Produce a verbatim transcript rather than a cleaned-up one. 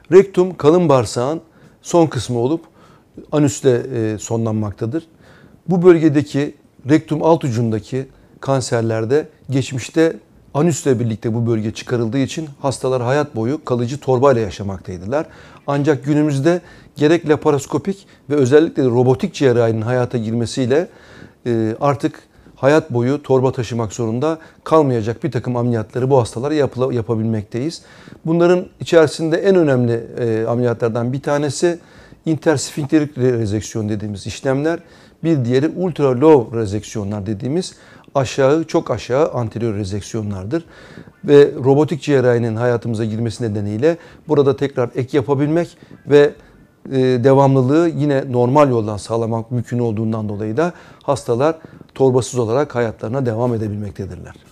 Rektum kalın bağırsağın son kısmı olup anüsle e, sonlanmaktadır. Bu bölgedeki rektum alt ucundaki kanserlerde geçmişte anüsle birlikte bu bölge çıkarıldığı için hastalar hayat boyu kalıcı torbayla yaşamaktaydılar. Ancak günümüzde gerek laparoskopik ve özellikle de robotik cerrahinin hayata girmesiyle e, artık hayat boyu torba taşımak zorunda kalmayacak bir takım ameliyatları bu hastalara yapla, yapabilmekteyiz. Bunların içerisinde en önemli e, ameliyatlardan bir tanesi intersfinkterik rezeksiyon dediğimiz işlemler. Bir diğeri ultra low rezeksiyonlar dediğimiz aşağı, çok aşağı anterior rezeksiyonlardır. Ve robotik cerrahinin hayatımıza girmesi nedeniyle burada tekrar ek yapabilmek ve e, devamlılığı yine normal yoldan sağlamak mümkün olduğundan dolayı da hastalar torbasız olarak hayatlarına devam edebilmektedirler.